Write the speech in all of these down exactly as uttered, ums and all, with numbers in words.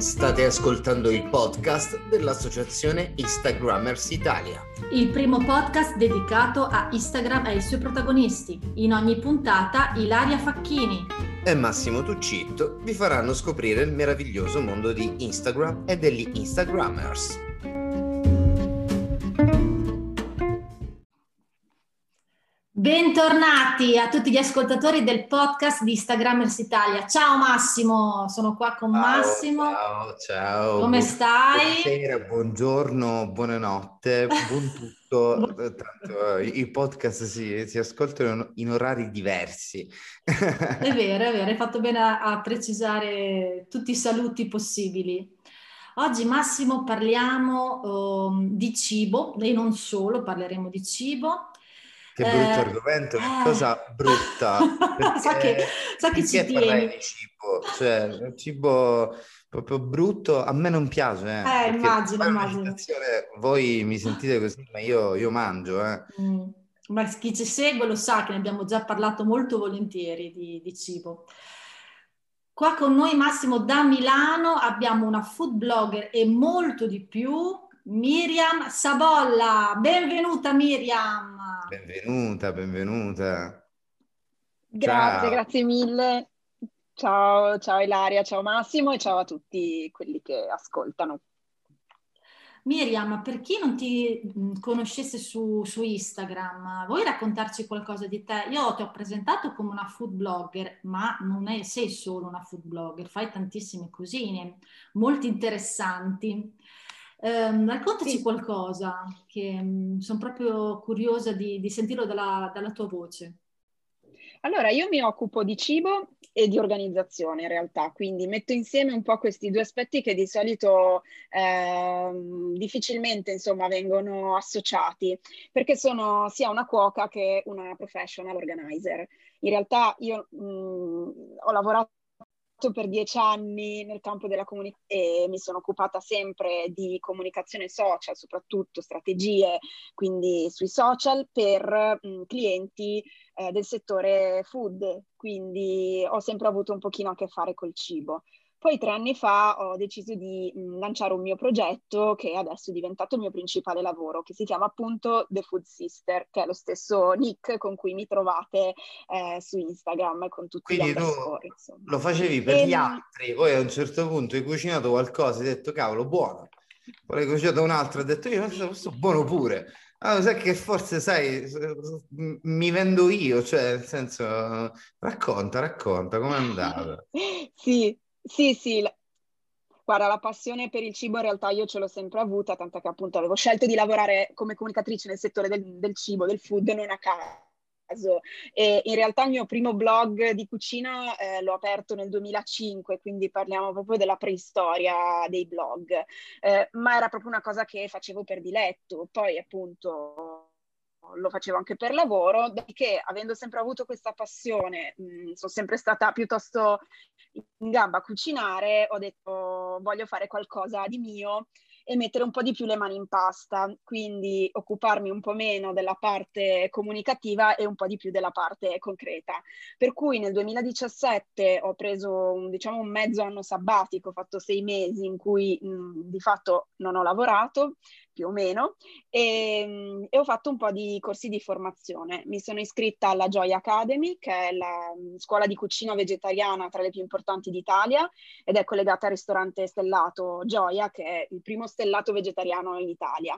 State ascoltando il podcast dell'associazione Instagrammers Italia. Il primo podcast dedicato a Instagram e ai suoi protagonisti. In ogni puntata Ilaria Facchini e Massimo Tuccitto vi faranno scoprire il meraviglioso mondo di Instagram e degli Instagrammers. Bentornati a tutti gli ascoltatori del podcast di Instagrammers Italia. Ciao Massimo, sono qua con ciao, Massimo. Ciao, ciao. Come Bu- stai? Buonasera, buongiorno, buonanotte, buon tutto. Tanto, i podcast si, si ascoltano in orari diversi. È vero, è vero, hai fatto bene a, a precisare tutti i saluti possibili. Oggi Massimo parliamo um, di cibo, e non solo, parleremo di cibo. Che brutto eh, argomento, che eh. cosa brutta. Perché, sa che, sa che ci tieni. Di cibo, cioè il cibo proprio brutto, a me non piace. Eh, eh immagino, immagino. Voi mi sentite così, ma io, io mangio. Eh. Mm. Ma chi ci segue lo sa che ne abbiamo già parlato molto volentieri di, di cibo. Qua con noi Massimo da Milano abbiamo una food blogger e molto di più, Miriam Sabolla. Benvenuta Miriam. Benvenuta, benvenuta. Grazie, ciao. Grazie mille. Ciao, ciao Ilaria, ciao Massimo e ciao a tutti quelli che ascoltano. Miriam, per chi non ti conoscesse su, su Instagram, vuoi raccontarci qualcosa di te? Io ti ho presentato come una food blogger, ma non è, sei solo una food blogger, fai tantissime cosine, molto interessanti. Um, raccontaci sì. qualcosa, che um, sono proprio curiosa di, di sentirlo dalla, dalla tua voce. Allora, io mi occupo di cibo e di organizzazione in realtà, quindi metto insieme un po' questi due aspetti che di solito eh, difficilmente insomma vengono associati, perché sono sia una cuoca che una professional organizer. In realtà io mh, ho lavorato per dieci anni nel campo della comunicazione e mi sono occupata sempre di comunicazione social, soprattutto strategie, quindi sui social per mh, clienti eh, del settore food, quindi ho sempre avuto un pochino a che fare col cibo. Poi tre anni fa ho deciso di mh, lanciare un mio progetto che adesso è diventato il mio principale lavoro, che si chiama appunto The Food Sister, che è lo stesso nick con cui mi trovate eh, su Instagram con tutti Quindi gli underscore. Tu lo facevi per e... gli altri, poi a un certo punto hai cucinato qualcosa, hai detto cavolo, buono. Poi hai cucinato un altro, hai detto io questo buono pure. Ah, sai che forse, sai, mi vendo io, cioè nel senso, racconta, racconta, com'è andata? Sì. Sì, sì, guarda, la passione per il cibo in realtà io ce l'ho sempre avuta, tanto che appunto avevo scelto di lavorare come comunicatrice nel settore del, del cibo, del food, non a caso. E in realtà il mio primo blog di cucina eh, l'ho aperto nel duemilacinque, quindi parliamo proprio della preistoria dei blog, eh, ma era proprio una cosa che facevo per diletto. Poi appunto lo facevo anche per lavoro, perché avendo sempre avuto questa passione, mh, sono sempre stata piuttosto in gamba a cucinare, ho detto voglio fare qualcosa di mio e mettere un po' di più le mani in pasta, quindi occuparmi un po' meno della parte comunicativa e un po' di più della parte concreta. Per cui nel duemiladiciassette ho preso un, diciamo, un mezzo anno sabbatico, ho fatto sei mesi in cui mh, di fatto non ho lavorato, più o meno, e, e ho fatto un po' di corsi di formazione. Mi sono iscritta alla Joy Academy, che è la scuola di cucina vegetariana tra le più importanti d'Italia ed è collegata al ristorante stellato Gioia, che è il primo stellato vegetariano in Italia.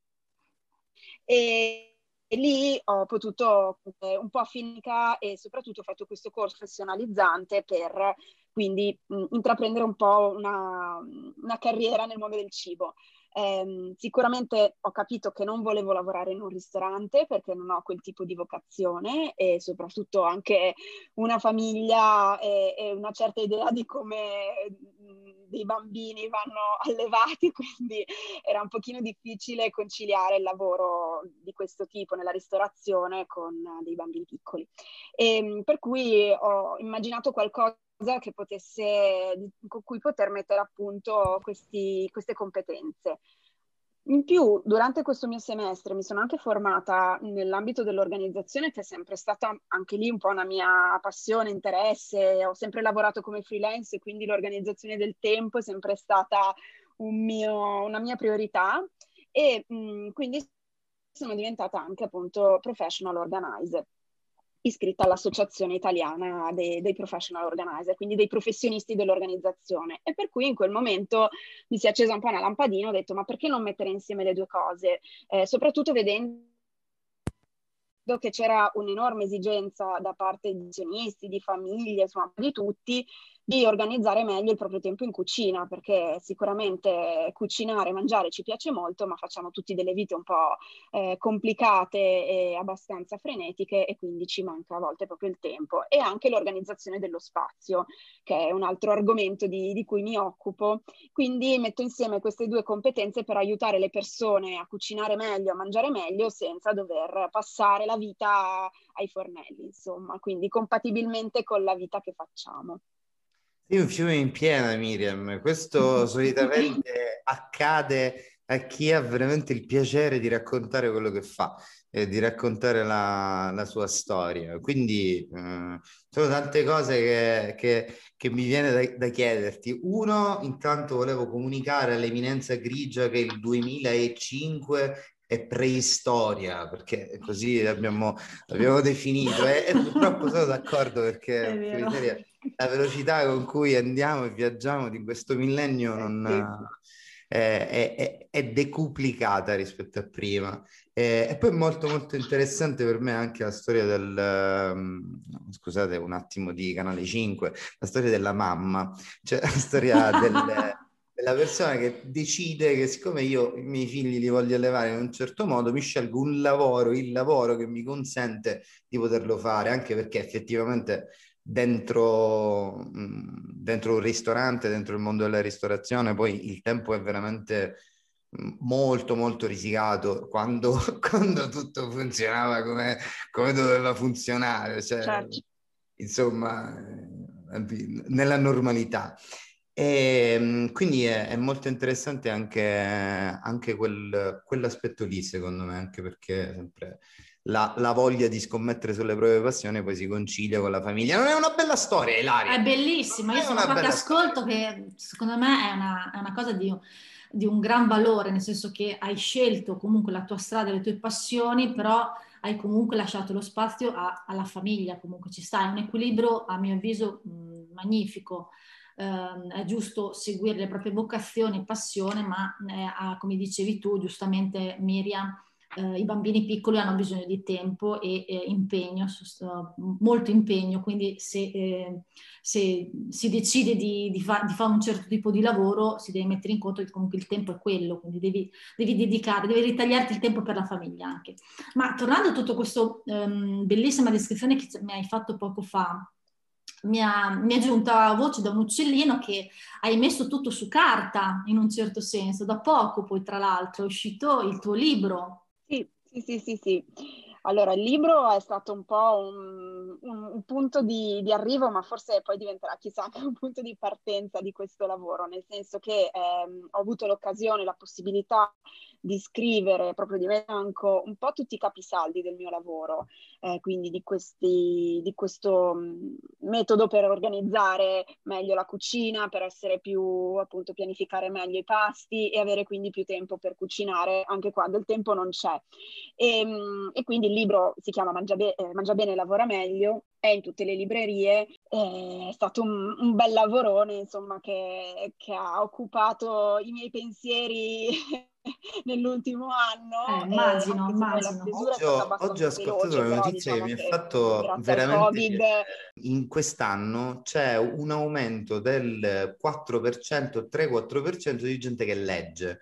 E, e lì ho potuto eh, un po' affinica e soprattutto ho fatto questo corso professionalizzante per quindi mh, intraprendere un po' una, una carriera nel mondo del cibo. Eh, sicuramente ho capito che non volevo lavorare in un ristorante perché non ho quel tipo di vocazione e soprattutto anche una famiglia e, e una certa idea di come mh, dei bambini vanno allevati, quindi era un pochino difficile conciliare il lavoro di questo tipo nella ristorazione con dei bambini piccoli. E, per cui ho immaginato qualcosa che potesse, con cui poter mettere a punto questi, queste competenze. In più, durante questo mio semestre mi sono anche formata nell'ambito dell'organizzazione, che è sempre stata anche lì un po' una mia passione, interesse. Ho sempre lavorato come freelance e quindi l'organizzazione del tempo è sempre stata un mio- una mia priorità e mh, quindi sono diventata anche appunto professional organizer, iscritta all'Associazione Italiana dei, dei Professional Organizer, quindi dei professionisti dell'organizzazione. E per cui in quel momento mi si è accesa un po' una lampadina, ho detto ma perché non mettere insieme le due cose? Eh, soprattutto vedendo che c'era un'enorme esigenza da parte di azionisti, di famiglie, insomma di tutti, di organizzare meglio il proprio tempo in cucina, perché sicuramente cucinare, mangiare ci piace molto, ma facciamo tutti delle vite un po' eh, complicate e abbastanza frenetiche e quindi ci manca a volte proprio il tempo. E anche l'organizzazione dello spazio, che è un altro argomento di, di cui mi occupo. Quindi metto insieme queste due competenze per aiutare le persone a cucinare meglio, a mangiare meglio, senza dover passare la vita ai fornelli, insomma, quindi compatibilmente con la vita che facciamo. Sì, un fiume in piena, Miriam. Questo solitamente accade a chi ha veramente il piacere di raccontare quello che fa e di raccontare la, la sua storia. Quindi eh, sono tante cose che, che- che mi viene da, da chiederti. Uno, intanto volevo comunicare all'eminenza grigia che il duemilacinque è preistoria, perché così l'abbiamo l'abbiamo definito e, e purtroppo sono d'accordo È perché vero. miseria, la velocità con cui andiamo e viaggiamo di questo millennio Eh, non, sì. eh, è, è- è decuplicata rispetto a prima. Eh, e poi è molto molto interessante per me anche la storia del, ehm, scusate un attimo di Canale cinque, la storia della mamma, cioè la storia del- della persona che decide che siccome io i miei figli li voglio allevare in un certo modo, mi scelgo un lavoro, il lavoro che mi consente di poterlo fare, anche perché effettivamente dentro, mh, dentro un ristorante, dentro il mondo della ristorazione, poi il tempo è veramente mh, molto molto risicato quando, quando tutto funzionava come, come doveva funzionare, cioè, Certo. insomma, eh, nella normalità. E mh, quindi è, è molto interessante anche, anche quel- quell'aspetto lì, secondo me, anche perché sempre la, la voglia di scommettere sulle proprie passioni poi si concilia con la famiglia. Non è una bella storia, È Ilaria? bellissima, Non io è sono una qua che bella storia. ascolto che secondo me è una, è una cosa di, di un gran valore, nel senso che hai scelto comunque la tua strada, le tue passioni, però hai comunque lasciato lo spazio a- alla famiglia, comunque ci sta, è un equilibrio a mio avviso mh, magnifico. Ehm, è giusto seguire le proprie vocazioni e passione, ma eh, ha- come dicevi tu, giustamente Miriam, eh, i bambini piccoli hanno bisogno di tempo e eh, impegno, sost- molto impegno, quindi se, eh, se si decide di, di, fa- di fare un certo tipo di lavoro si deve mettere in conto che comunque il tempo è quello, quindi devi, devi dedicare, devi ritagliarti il tempo per la famiglia anche. Ma tornando a tutta questa bellissima descrizione che mi hai fatto poco fa, mi, ha- mi è giunta voce da un uccellino che hai messo tutto su carta in un certo senso, da poco poi tra l'altro è uscito il tuo libro. Sì, sì, sì, sì, sì. Allora, il libro è stato un po' un, un- un punto di, di arrivo, ma forse poi diventerà, chissà, anche un punto di partenza di questo lavoro, nel senso che ehm, ho avuto l'occasione, la possibilità di scrivere, proprio di mettere in bianco un po' tutti i capisaldi del mio lavoro, eh, quindi di questi, di questo mh, metodo per organizzare meglio la cucina, per essere più, appunto, pianificare meglio i pasti e avere quindi più tempo per cucinare anche quando il tempo non c'è. E, mh, e quindi il libro si chiama Mangia, Be- eh, Mangia bene, lavora meglio, è in tutte le librerie, è stato un, un bel lavorone, insomma, che, che ha occupato i miei pensieri nell'ultimo Eh, anno, eh, immagino, anche se poi la immagino. stesura è Oggi stata ho, oggi ho abbastanza ascoltato veloce, la però notizia che diciamo mi ha che fatto grazie al veramente Covid. piacere. In quest'anno c'è un aumento del quattro per cento, tre-quattro per cento di gente che legge.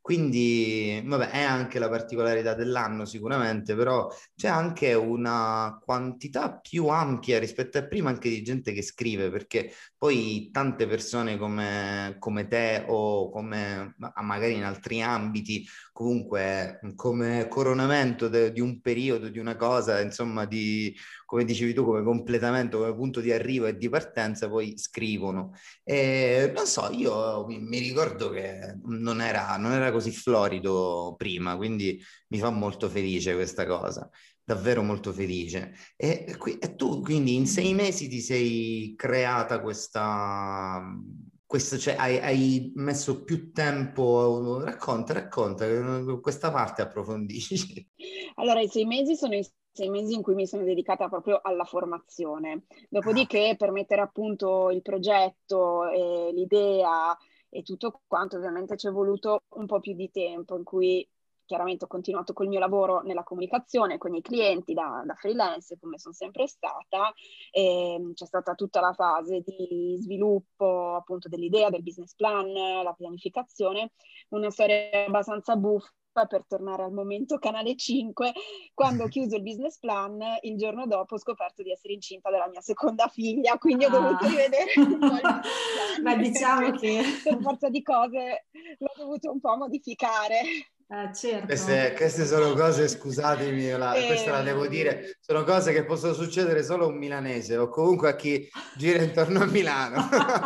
Quindi, vabbè, è anche la particolarità dell'anno sicuramente, però c'è anche una quantità più ampia rispetto a prima anche di gente che scrive, perché poi tante persone come, come te o come ma- magari in altri ambiti comunque come coronamento de- di un periodo, di una cosa, insomma, di come dicevi tu, come completamento, come punto di arrivo e di partenza, poi scrivono. E non so, io mi, mi ricordo che non era, non era così florido prima, quindi mi fa molto felice questa cosa, davvero molto felice. E, qui, e tu quindi in sei mesi ti sei creata questa... Questo, cioè, hai, hai messo più tempo, racconta, racconta, questa parte approfondisci. Allora, i sei mesi sono i sei mesi in cui mi sono dedicata proprio alla formazione. Dopodiché, per mettere a punto il progetto, e l'idea e tutto quanto, ovviamente ci è voluto un po' più di tempo, in cui chiaramente ho continuato col mio lavoro nella comunicazione con i clienti da, da freelance, come sono sempre stata, e c'è stata tutta la fase di sviluppo appunto dell'idea, del business plan, la pianificazione, una storia abbastanza buffa per tornare al momento Canale cinque, quando ho chiuso il business plan, il giorno dopo ho scoperto di essere incinta della mia seconda figlia, quindi ho dovuto Ah. rivedere un po' il business plan. Beh, diciamo che... Per forza di cose l'ho dovuto un po' modificare. Eh, certo. Queste, queste sono cose, scusatemi, la, E... questa la devo dire, sono cose che possono succedere solo a un milanese o comunque a chi gira intorno a Milano.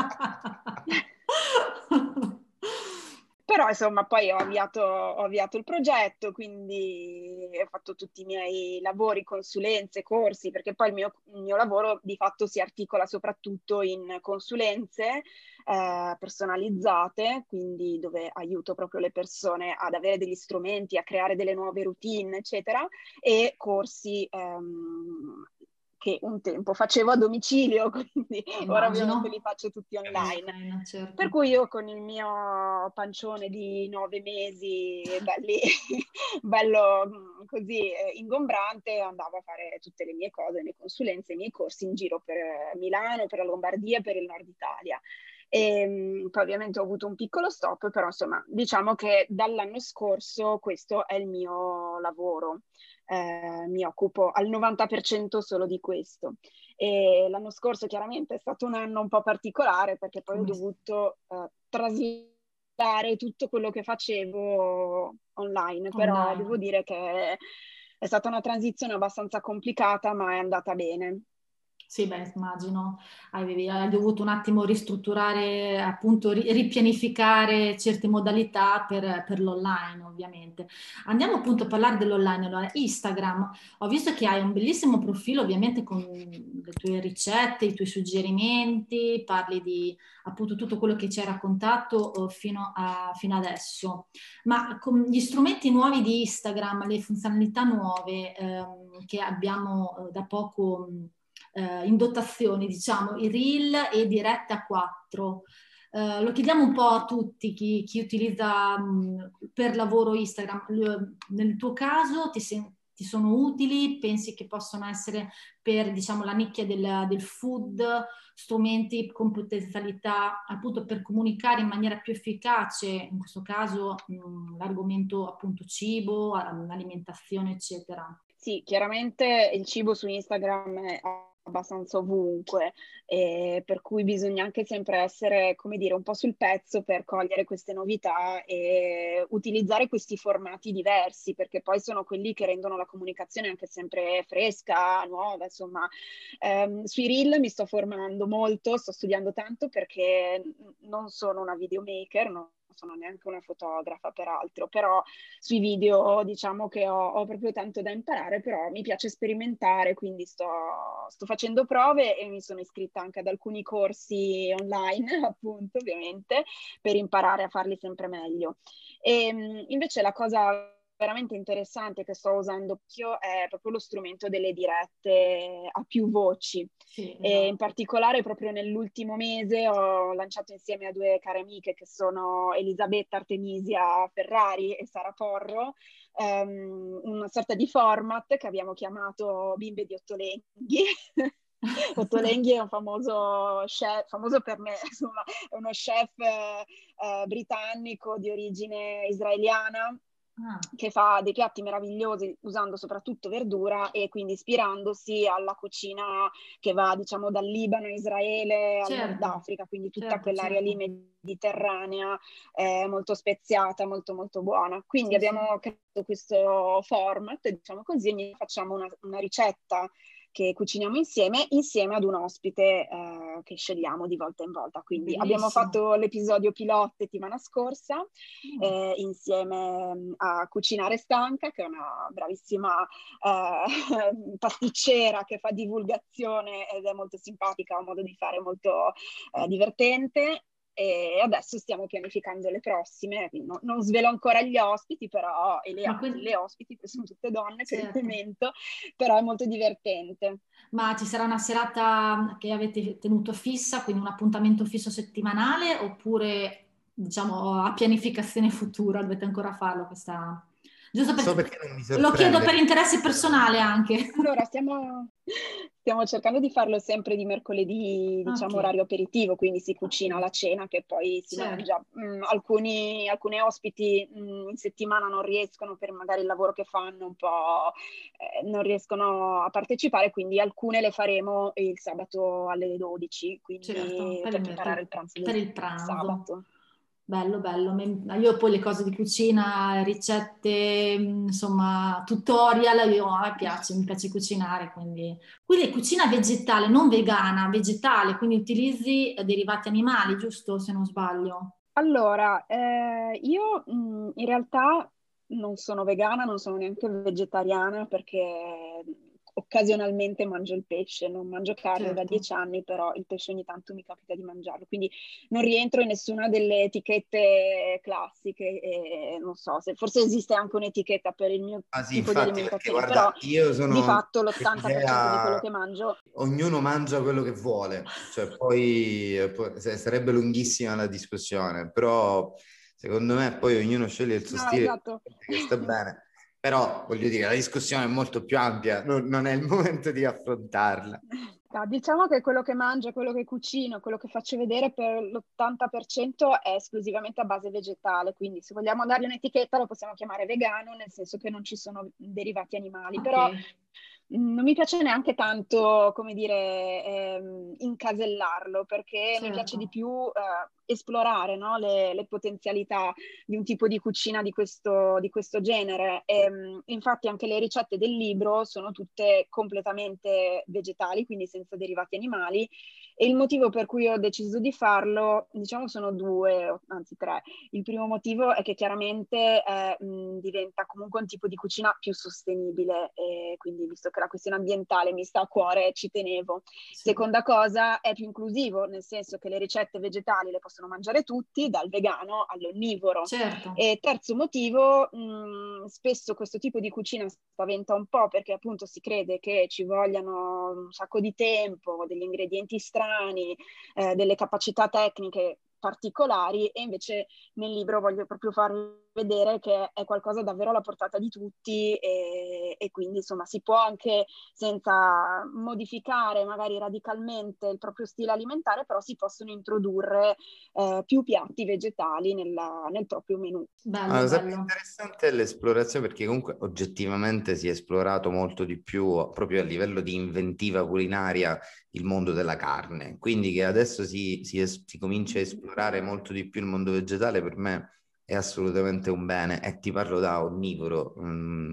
Però insomma poi ho avviato, ho avviato il progetto, quindi ho fatto tutti i miei lavori, consulenze, corsi, perché poi il mio, il mio lavoro di fatto si articola soprattutto in consulenze eh, personalizzate, quindi dove aiuto proprio le persone ad avere degli strumenti, a creare delle nuove routine, eccetera, e corsi ehm, che un tempo facevo a domicilio, quindi Immagino. Ora ovviamente li faccio tutti online. online certo. Per cui io con il mio pancione di nove mesi, belli, bello così ingombrante, andavo a fare tutte le mie cose, le mie consulenze, i miei corsi in giro per Milano, per la Lombardia e per il Nord Italia. E poi ovviamente ho avuto un piccolo stop, però insomma diciamo che dall'anno scorso questo è il mio lavoro. Eh, mi occupo al novanta per cento solo di questo. E l'anno scorso chiaramente è stato un anno un po' particolare perché poi Come ho dovuto eh, traslare tutto quello che facevo online, però online. devo dire che è stata una transizione abbastanza complicata, ma è andata bene. Sì, beh, immagino, hai, hai dovuto un attimo ristrutturare, appunto, ri, ripianificare certe modalità per, per l'online, ovviamente. Andiamo appunto a parlare dell'online. Allora, Instagram, ho visto che hai un bellissimo profilo, ovviamente con le tue ricette, i tuoi suggerimenti, parli di appunto tutto quello che ci hai raccontato fino, a, fino adesso. Ma con gli strumenti nuovi di Instagram, le funzionalità nuove ehm, che abbiamo eh, da poco... Uh, in dotazione, diciamo, i reel e dirette a quattro. Uh, lo chiediamo un po' a tutti, chi, chi utilizza um, per lavoro Instagram. L- nel tuo caso ti, sen- ti sono utili? Pensi che possono essere per, diciamo, la nicchia del, del food, strumenti con potenzialità appunto per comunicare in maniera più efficace, in questo caso mh, l'argomento appunto cibo, alimentazione, eccetera? Sì, chiaramente il cibo su Instagram è abbastanza ovunque, e per cui bisogna anche sempre essere, come dire, un po' sul pezzo per cogliere queste novità e utilizzare questi formati diversi, perché poi sono quelli che rendono la comunicazione anche sempre fresca, nuova, insomma. Um, sui reel mi sto formando molto, sto studiando tanto perché non sono una videomaker, no? Sono neanche una fotografa peraltro, però sui video diciamo che ho, ho proprio tanto da imparare, però mi piace sperimentare, quindi sto, sto facendo prove e mi sono iscritta anche ad alcuni corsi online, appunto, ovviamente, per imparare a farli sempre meglio. E invece la cosa veramente interessante che sto usando io è proprio lo strumento delle dirette a più voci. Sì, esatto. E in particolare proprio nell'ultimo mese ho lanciato insieme a due care amiche che sono Elisabetta Artemisia Ferrari e Sara Porro um, una sorta di format che abbiamo chiamato Bimbe di Ottolenghi. Ottolenghi è un famoso chef, famoso per me, insomma, è uno chef eh, eh, britannico di origine israeliana, Ah. che fa dei piatti meravigliosi usando soprattutto verdura e quindi ispirandosi alla cucina che va, diciamo, dal Libano a Israele certo. al Nord Africa, quindi tutta certo, quell'area certo. lì mediterranea eh, molto speziata, molto molto buona. Quindi sì, abbiamo sì. creato questo format, diciamo così, e facciamo una, una ricetta che cuciniamo insieme, insieme ad un ospite eh, che scegliamo di volta in volta. Quindi Bellissimo. abbiamo fatto l'episodio pilota settimana scorsa Mm. eh, insieme a Cucinare Stanca, che è una bravissima eh, pasticcera che fa divulgazione ed è molto simpatica, ha un modo di fare molto eh, divertente. E adesso stiamo pianificando le prossime, quindi no, non svelo ancora gli ospiti, però e le, Ma quindi- le ospiti, che sono tutte donne per Certo. il momento, però è molto divertente. Ma ci sarà una serata che avete tenuto fissa, quindi un appuntamento fisso settimanale, oppure diciamo a pianificazione futura dovete ancora farlo questa... Giusto So perché perché non mi lo chiedo sorprende. per interesse personale anche. Allora, stiamo, stiamo cercando di farlo sempre di mercoledì, diciamo, Ok. orario aperitivo, quindi si Ok. cucina la cena che poi si Certo. mangia. Mm, alcuni, alcuni ospiti mm, in settimana non riescono per magari il lavoro che fanno un po', eh, non riescono a partecipare, quindi alcune le faremo il sabato alle dodici, quindi Certo, per per il, preparare per- il pranzo per del il pranzo. sabato. Bello, bello. Me- Io poi le cose di cucina, ricette, mh, insomma, tutorial, io, a me piace, mi piace cucinare, quindi... Quindi cucina vegetale, non vegana, vegetale, quindi utilizzi eh, derivati animali, giusto? Se non sbaglio. Allora, eh, io mh, in realtà non sono vegana, non sono neanche vegetariana perché occasionalmente mangio il pesce, non mangio carne da Certo. dieci anni, però il pesce ogni tanto mi capita di mangiarlo, quindi non rientro in nessuna delle etichette classiche e non so, se forse esiste anche un'etichetta per il mio Ah sì, tipo di infatti, perché alimentazione, però guarda, io di sono fatto l'ottanta per cento di quello dell'idea, che mangio. ognuno mangia quello che vuole, cioè poi, poi- se- sarebbe lunghissima la discussione, però secondo me poi ognuno sceglie il suo No, stile esatto. che sta bene, però voglio dire, la discussione è molto più ampia, non, non è il momento di affrontarla. No, diciamo che quello che mangio, quello che cucino, quello che faccio vedere per l'ottanta per cento è esclusivamente a base vegetale, quindi se vogliamo dargli un'etichetta lo possiamo chiamare vegano, nel senso che non ci sono derivati animali, però Ok. mh, non mi piace neanche tanto, come dire, ehm, incasellarlo, perché mi piace di Certo. più eh, esplorare, no, le, le potenzialità di un tipo di cucina di questo, di questo genere. E, mh, infatti anche le ricette del libro sono tutte completamente vegetali, quindi senza derivati animali, e il motivo per cui ho deciso di farlo, diciamo, sono due, o- anzi tre. Il primo motivo è che chiaramente eh, mh, diventa comunque un tipo di cucina più sostenibile, e quindi visto che la questione ambientale mi sta a cuore, ci tenevo. Sì. Seconda cosa, è più inclusivo, nel senso che le ricette vegetali le possono mangiare tutti, dal vegano all'onnivoro. Certo. E terzo motivo, mh, spesso questo tipo di cucina spaventa un po' perché appunto si crede che ci vogliano un sacco di tempo, degli ingredienti strani, eh, delle capacità tecniche particolari, e invece nel libro voglio proprio farvi vedere che è qualcosa davvero alla portata di tutti, e, e quindi insomma si può anche, senza modificare magari radicalmente il proprio stile alimentare, però si possono introdurre eh, più piatti vegetali nella- nel proprio menù. Ma Bello, la cosa più bello. interessante è l'esplorazione, perché comunque oggettivamente si è esplorato molto di più proprio a livello di inventiva culinaria il mondo della carne, quindi che adesso si, si es- si comincia a esplorare molto di più il mondo vegetale, per me è assolutamente un bene, e ti parlo da onnivoro, mm,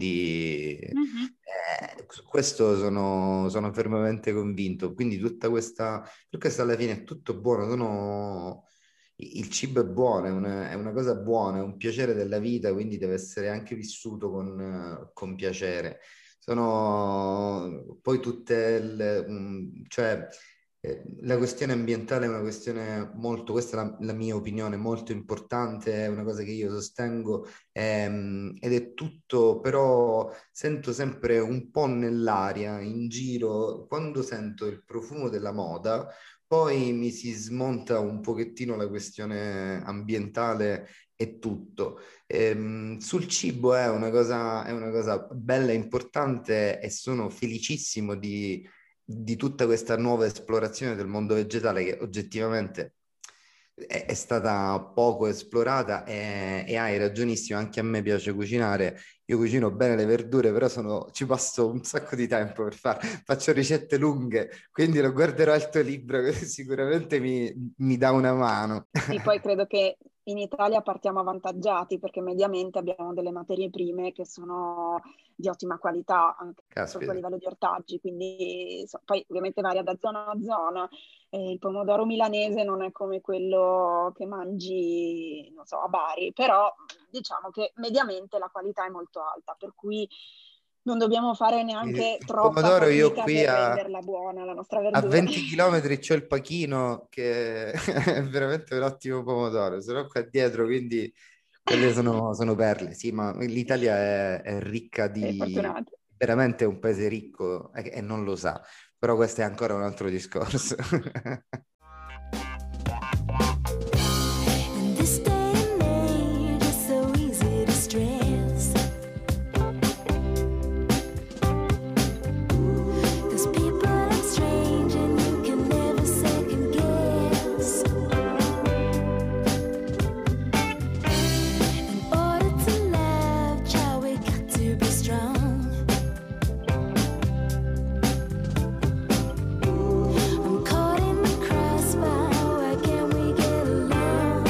quindi Mhm. eh, su questo sono, sono fermamente convinto, quindi tutta questa, per questo alla fine è tutto buono, sono il cibo è buono, è una, è una cosa buona, è un piacere della vita, quindi deve essere anche vissuto con, eh, con piacere. Sono poi tutte le, um, cioè, eh, la questione ambientale è una questione molto, questa è la, la mia opinione, molto importante, è una cosa che io sostengo, ehm, ed è tutto, però sento sempre un po' nell'aria, in giro, quando sento il profumo della moda. Poi mi si smonta un pochettino la questione ambientale e tutto. Ehm, sul cibo è una cosa, è una cosa bella e importante, e sono felicissimo di, di tutta questa nuova esplorazione del mondo vegetale che oggettivamente è, è stata poco esplorata, e, e hai ragionissimo, anche a me piace cucinare. Io cucino bene le verdure, però sono, ci passo un sacco di tempo per fare, faccio ricette lunghe, quindi lo guarderò il tuo libro che sicuramente mi, mi dà una mano. Sì, poi credo che in Italia partiamo avvantaggiati perché mediamente abbiamo delle materie prime che sono di ottima qualità anche proprio a livello di ortaggi, quindi so, poi ovviamente varia da zona a zona. Eh, il pomodoro milanese non è come quello che mangi, non so, a Bari, però diciamo che mediamente la qualità è molto alta, per cui non dobbiamo fare neanche Il troppa pomodoro io fatica qui per a, renderla buona la nostra a verdura. venti chilometri c'ho il pachino che è veramente un ottimo pomodoro, sono qua dietro, quindi quelle sono, sono perle. Sì, ma l'Italia è, è ricca Sei di... fortunato. veramente un paese ricco e, e non lo sa, però questo è ancora un altro discorso. In this day and age, it's so easy to stress. 'Cause people are strange and you can never second guess. In order to love, child, we got to be strong. I'm caught in the crossfire, why can't we get along?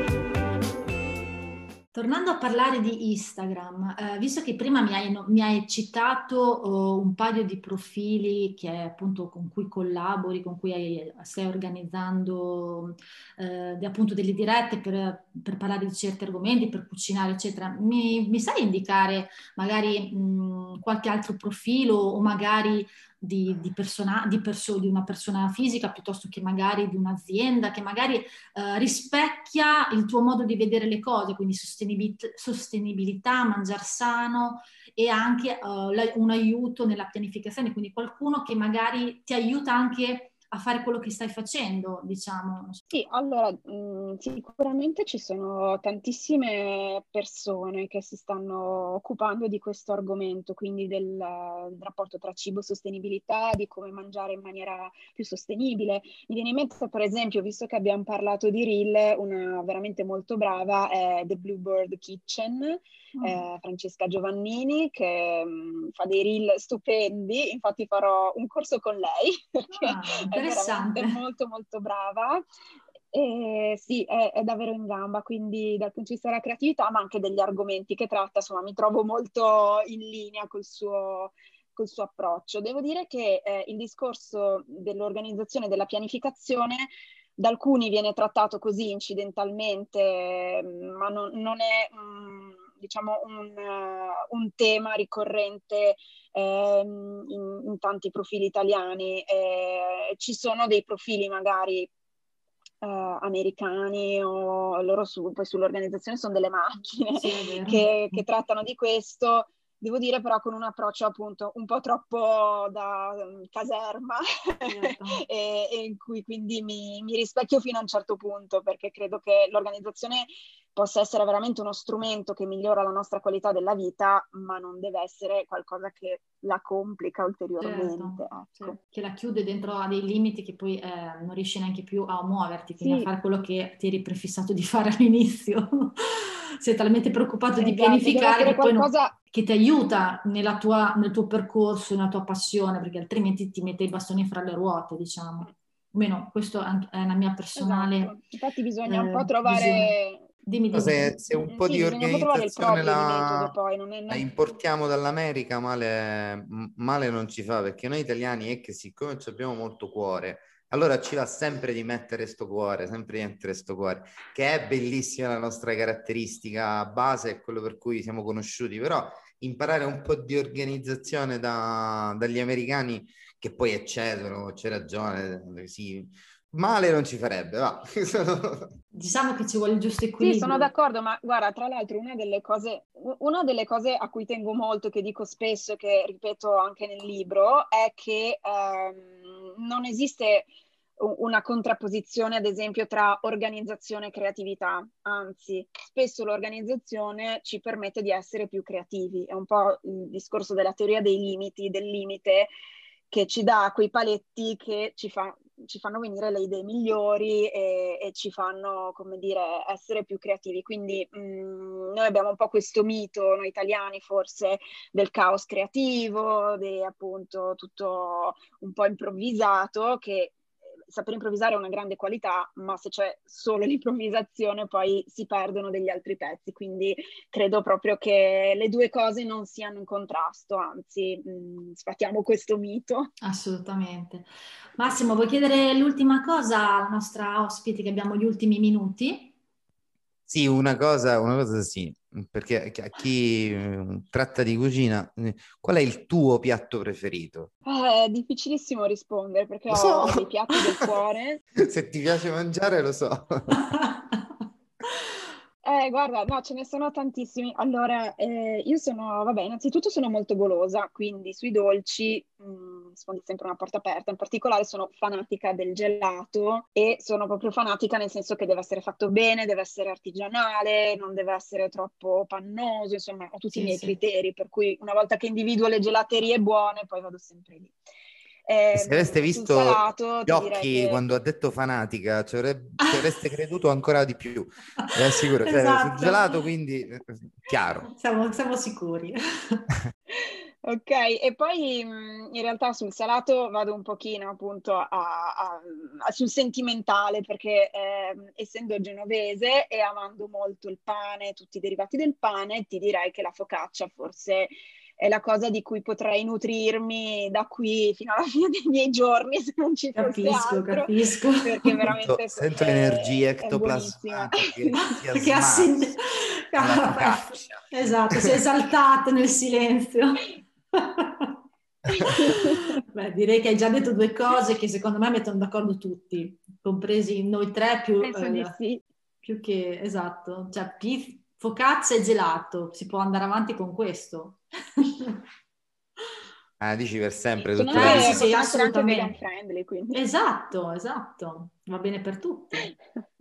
Tornando a parlare di Instagram, eh, visto che prima mi hai, no- mi hai citato oh, un paio di profili che appunto con cui collabori, con cui hai- stai organizzando eh, de- appunto delle dirette per, per parlare di certi argomenti, per cucinare, eccetera, mi, mi sai indicare magari mh, qualche altro profilo o magari di, di, persona, di, perso- di una persona fisica piuttosto che magari di un'azienda che magari eh, rispecchia il tuo modo di vedere le cose, quindi sostenibil- sostenibilità, mangiar sano e anche eh, la- un aiuto nella pianificazione, quindi qualcuno che magari ti aiuta anche a fare quello che stai facendo, diciamo. Sì, allora mh, sicuramente ci sono tantissime persone che si stanno occupando di questo argomento, quindi del, del rapporto tra cibo e sostenibilità, di come mangiare in maniera più sostenibile. Mi viene in mente, per esempio, visto che abbiamo parlato di reel, una veramente molto brava è The Bluebird Kitchen, Mm. eh, Francesca Giovannini, che mh, fa dei reel stupendi, infatti farò un corso con lei perché Ah, è interessante. veramente molto molto brava. E sì, è, è davvero in gamba, quindi dal punto di vista della creatività, ma anche degli argomenti che tratta, insomma, mi trovo molto in linea col suo, col suo approccio. Devo dire che eh, il discorso dell'organizzazione e della pianificazione da alcuni viene trattato così incidentalmente, ma non, non è mh, diciamo un, uh, un tema ricorrente ehm, in, in tanti profili italiani. Eh, ci sono dei profili magari Uh, americani o loro su, poi sull'organizzazione sono delle macchine Sì, è vero. che, che trattano di questo, devo dire però con un approccio appunto un po' troppo da um, caserma Certo. e, e in cui quindi mi, mi rispecchio fino a un certo punto, perché credo che l'organizzazione possa essere veramente uno strumento che migliora la nostra qualità della vita, ma non deve essere qualcosa che la complica ulteriormente. Certo, Ecco. sì, che la chiude dentro a dei limiti che poi eh, non riesci neanche più a muoverti, quindi Sì. a fare quello che ti eri prefissato di fare all'inizio. Sei talmente preoccupato di Esatto, deve pianificare essere che poi non- qualcosa... che ti aiuta nella tua- nel tuo percorso, nella tua passione, perché altrimenti ti mette i bastoni fra le ruote, diciamo. Almeno questo è è la mia personale Esatto, infatti bisogna un po' eh, visione. trovare... Dimmi, dimmi. Se, se un Mm, po' sì, di bisogna un po' trovare il organizzazione proprio di la, metodo poi, non è... la non- importiamo dall'America, male, m- male non ci fa, perché noi italiani è che siccome ci abbiamo molto cuore, allora ci va sempre di mettere sto cuore, sempre di mettere sto cuore, che è bellissima la nostra caratteristica base, è quello per cui siamo conosciuti, però imparare un po' di organizzazione da- dagli americani, che poi eccedono, c'è ragione, sì, male non ci farebbe, va. Diciamo che ci vuole il giusto Sì, sono equilibrio. d'accordo, ma guarda, tra l'altro una delle cose, una delle cose a cui tengo molto, che dico spesso e che ripeto anche nel libro, è che ehm, non esiste u- una contrapposizione, ad esempio, tra organizzazione e creatività, anzi, spesso l'organizzazione ci permette di essere più creativi. È un po' il discorso della teoria dei limiti, del limite, che ci dà quei paletti che ci fa ci fanno venire le idee migliori e, e ci fanno, come dire, essere più creativi. Quindi mh, noi abbiamo un po' questo mito, noi italiani forse, del caos creativo, di appunto tutto un po' improvvisato, che saper improvvisare è una grande qualità, ma se c'è solo l'improvvisazione poi si perdono degli altri pezzi, quindi credo proprio che le due cose non siano in contrasto, anzi mh, sfatiamo questo mito. Assolutamente. Massimo, vuoi chiedere l'ultima cosa alla nostra ospite, che abbiamo gli ultimi minuti? Sì, una cosa, una cosa sì, perché a chi eh, tratta di cucina, eh, qual è il tuo piatto preferito? Eh, È difficilissimo rispondere perché Lo so! ho dei piatti del cuore. Se ti piace mangiare, lo so. Eh, guarda, no, ce ne sono tantissimi. Allora, eh, io sono, vabbè, innanzitutto sono molto golosa, quindi sui dolci mh, sfondi sempre una porta aperta. In particolare sono fanatica del gelato e sono proprio fanatica nel senso che deve essere fatto bene, deve essere artigianale, non deve essere troppo pannoso, insomma, ho tutti Sì, i miei sì. criteri, per cui una volta che individuo le gelaterie buone, poi vado sempre lì. E se aveste Ehm, sul visto salato gli ti direi occhi che... quando ha detto fanatica, ci avreb- ci avreste creduto ancora di più. Ve assicuro, cioè, sul Esatto. gelato quindi eh, chiaro. Siamo, siamo sicuri. Ok, e poi mh, in realtà sul salato vado un pochino appunto a- a- a- sul sentimentale perché ehm, essendo genovese e amando molto il pane, tutti i derivati del pane, ti direi che la focaccia forse è la cosa di cui potrei nutrirmi da qui fino alla fine dei miei giorni se non ci fosse Capisco, altro, capisco. perché Sento, veramente sento è, energie è buonissima. ectoplasmatiche che si Perché ha sen- asmassano alla Ah, focaccia. esatto, si è esaltato nel silenzio. Beh, direi che hai già detto due cose che secondo me mettono d'accordo tutti, compresi noi tre più, Penso di eh, sì. più che, esatto, cioè pif, focaccia e gelato, si può andare avanti con questo. Ah, dici per sempre Sono tutta la Eh, sì, anche, vita. sì, possono essere anche vegan assolutamente. friendly, quindi. Esatto, esatto, va bene per tutti.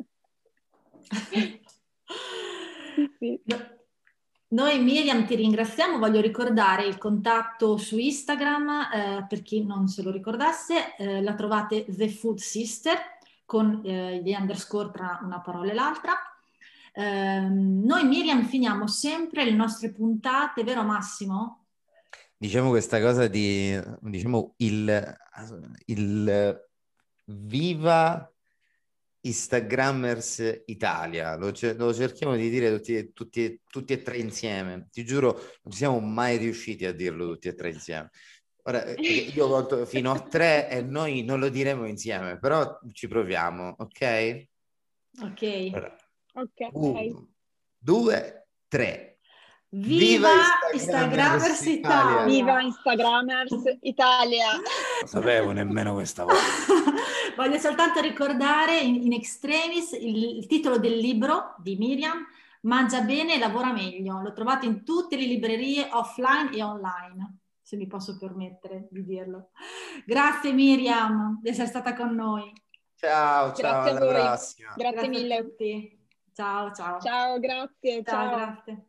Sì, sì. No- Noi Miriam ti ringraziamo, voglio ricordare il contatto su Instagram, eh, per chi non se lo ricordasse, eh, la trovate The Food Sister con eh, gli underscore tra una parola e l'altra. Ehm, noi Miriam finiamo sempre le nostre puntate, vero Massimo? Diciamo questa cosa di, diciamo, il, il viva Instagrammers Italia, lo, cer- lo cerchiamo di dire tutti, tutti, tutti e tre insieme, ti giuro, non siamo mai riusciti a dirlo tutti e tre insieme. Ora, eh, perché io conto fino a tre e noi non lo diremo insieme, però ci proviamo, ok? Ok. Allora, Ok. uno, due, tre. Viva Instagrammers Instagrammers Italia! Italia! Viva Instagrammers Italia! Non sapevo nemmeno questa volta. Voglio soltanto ricordare in, in extremis il, il titolo del libro di Miriam, Mangia bene e lavora meglio. Lo trovate in tutte le librerie offline e online, se mi posso permettere di dirlo. Grazie Miriam di essere stata con noi. Ciao, ciao, Grazie a alla voi. prossima. Grazie Grazie a mille. tutti. Ciao, ciao. Ciao, grazie. Ciao, Ciao. grazie.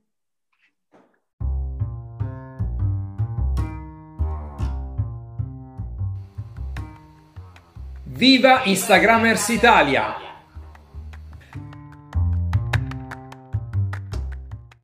Viva Instagrammers Italia!